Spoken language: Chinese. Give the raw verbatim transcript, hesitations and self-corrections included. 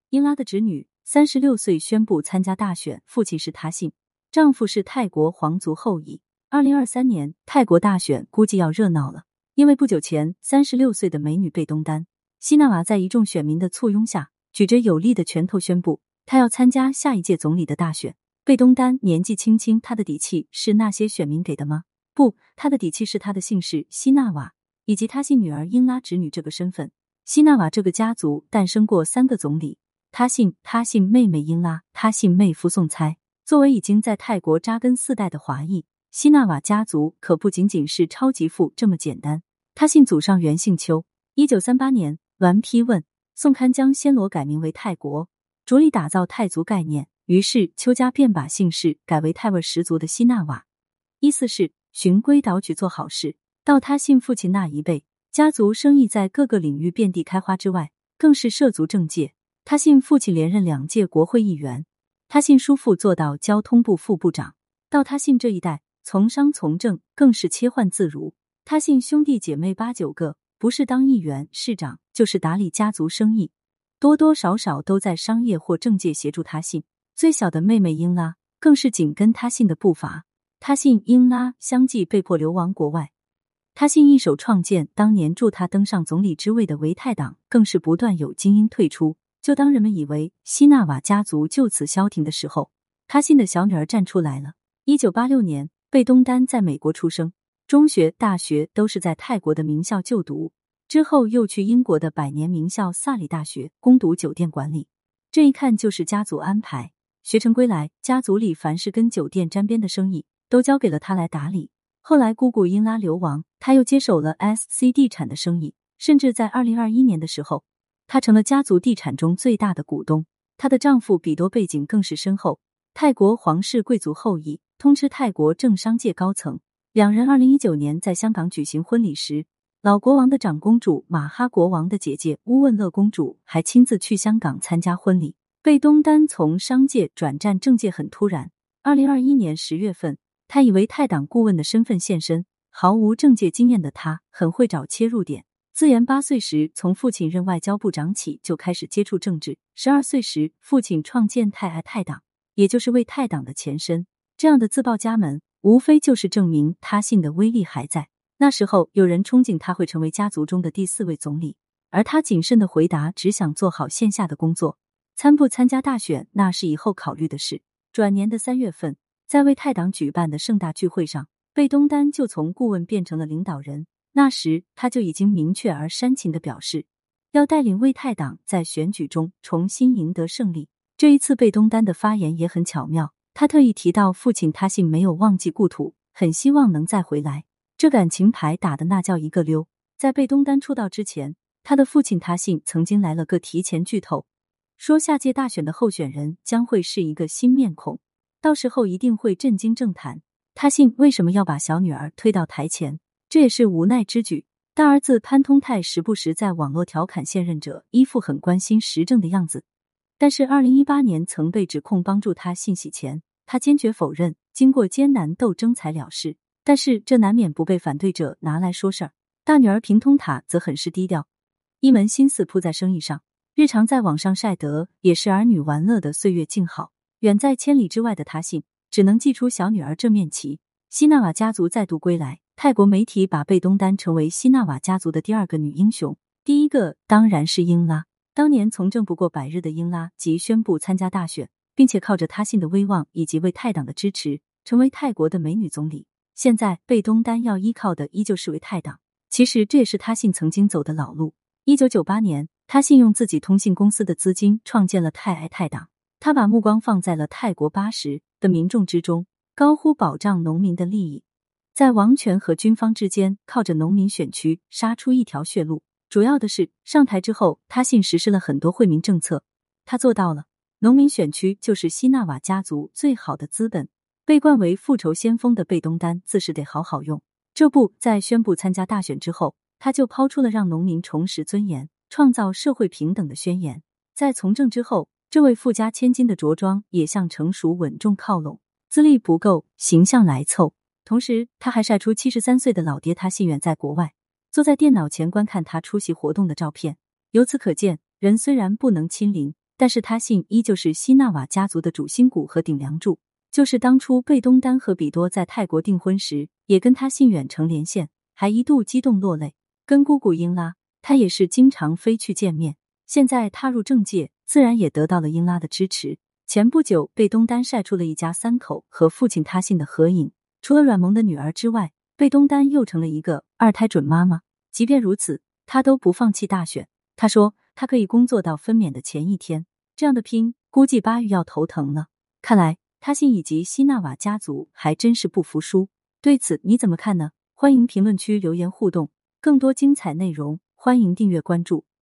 英拉的侄女，三十六岁宣布参加大选，父亲是他信，丈夫是泰国皇族后裔。二零二三年泰国大选估计要热闹了，因为不久前三十六岁的美女贝东丹希纳瓦在一众选民的簇拥下，举着有力的拳头宣布她要参加下一届总理的大选。贝东丹年纪轻轻，她的底气是那些选民给的吗？不，她的底气是她的姓氏希纳瓦以及她姓女儿英拉侄女这个身份。希纳瓦这个家族诞生过三个总理，他姓他姓妹妹英拉，他姓妹夫宋猜。作为已经在泰国扎根四代的华裔，希纳瓦家族可不仅仅是超级富这么简单。他姓祖上原姓邱。一九三八年，栾丕问宋堪将暹罗改名为泰国，着力打造泰族概念，于是邱家便把姓氏改为泰味十足的希纳瓦。意思是循规蹈矩做好事。到他姓父亲那一辈，家族生意在各个领域遍地开花之外，更是涉足政界。他姓父亲连任两届国会议员，他姓叔父做到交通部副部长。到他姓这一代，从商从政更是切换自如。他姓兄弟姐妹八九个，不是当议员、市长，就是打理家族生意，多多少少都在商业或政界协助他姓。最小的妹妹英拉更是紧跟他姓的步伐。他姓英拉相继被迫流亡国外。他姓一手创建当年助他登上总理之位的维泰党，更是不断有精英退出。就当人们以为希纳瓦家族就此消停的时候，他信的小女儿站出来了。一九八六年，贝东丹在美国出生，中学、大学都是在泰国的名校就读，之后又去英国的百年名校萨里大学攻读酒店管理。这一看就是家族安排。学成归来，家族里凡是跟酒店沾边的生意都交给了他来打理。后来姑姑英拉流亡，他又接手了 S C 地产的生意，甚至在二零二一年的时候，她成了家族地产中最大的股东。她的丈夫比多背景更是深厚，泰国皇室贵族后裔，通吃泰国政商界高层。两人二零一九年在香港举行婚礼时，老国王的长公主马哈国王的姐姐乌汶勒公主还亲自去香港参加婚礼。贝东丹从商界转战政界很突然。二零二一年十月份，他以为泰党顾问的身份现身，毫无政界经验的他很会找切入点。自言八岁时从父亲任外交部长起就开始接触政治，十二岁时父亲创建泰爱泰党，也就是为泰党的前身。这样的自报家门，无非就是证明他信的威力还在。那时候有人憧憬他会成为家族中的第四位总理，而他谨慎的回答只想做好线下的工作，参不参加大选那是以后考虑的事。转年的三月份，在为泰党举办的盛大聚会上，贝东丹就从顾问变成了领导人。那时他就已经明确而煽情地表示，要带领为泰党在选举中重新赢得胜利。这一次贝东丹的发言也很巧妙，他特意提到父亲他信没有忘记故土，很希望能再回来。这感情牌打的那叫一个溜。在贝东丹出道之前，他的父亲他信曾经来了个提前剧透，说下届大选的候选人将会是一个新面孔，到时候一定会震惊政坛。他信为什么要把小女儿推到台前？这也是无奈之举。大儿子潘通泰时不时在网络调侃现任者，一副很关心时政的样子。但是二零一八年曾被指控帮助他信洗钱，他坚决否认，经过艰难斗争才了事。但是这难免不被反对者拿来说事儿。大女儿平通塔则很是低调，一门心思扑在生意上，日常在网上晒得也是儿女玩乐的岁月静好。远在千里之外的他信只能祭出小女儿这面旗。希纳瓦家族再度归来，泰国媒体把贝东丹成为希纳瓦家族的第二个女英雄，第一个当然是英拉。当年从政不过百日的英拉即宣布参加大选，并且靠着他信的威望以及为泰党的支持，成为泰国的美女总理。现在贝东丹要依靠的依旧是为泰党，其实这也是他信曾经走的老路。一九九八年，他信用自己通信公司的资金创建了泰爱泰党，他把目光放在了泰国八十的民众之中，高呼保障农民的利益，在王权和军方之间靠着农民选区杀出一条血路。主要的是上台之后，他信实施了很多惠民政策，他做到了。农民选区就是希纳瓦家族最好的资本，被冠为复仇先锋的贝东丹自是得好好用。这不，在宣布参加大选之后，他就抛出了让农民重拾尊严、创造社会平等的宣言。在从政之后，这位富家千金的着装也向成熟稳重靠拢，资历不够，形象来凑。同时他还晒出七十三岁的老爹他信远在国外坐在电脑前观看他出席活动的照片。由此可见，人虽然不能亲临， 但是他信依旧是西纳瓦家族的主心骨和顶梁柱。就是当初贝东丹和比多在泰国订婚时，也跟他信远程连线，还一度激动落泪。跟姑姑英拉，他也是经常飞去见面。现在踏入政界，自然也得到了英拉的支持。前不久，贝东丹晒出了一家三口和父亲他信的合影。除了软萌的女儿之外，贝东丹又成了一个二胎准妈妈。即便如此，他都不放弃大选。他说，他可以工作到分娩的前一天。这样的拼，估计巴育要头疼了。看来他信以及西纳瓦家族还真是不服输。对此你怎么看呢？欢迎评论区留言互动。更多精彩内容，欢迎订阅关注。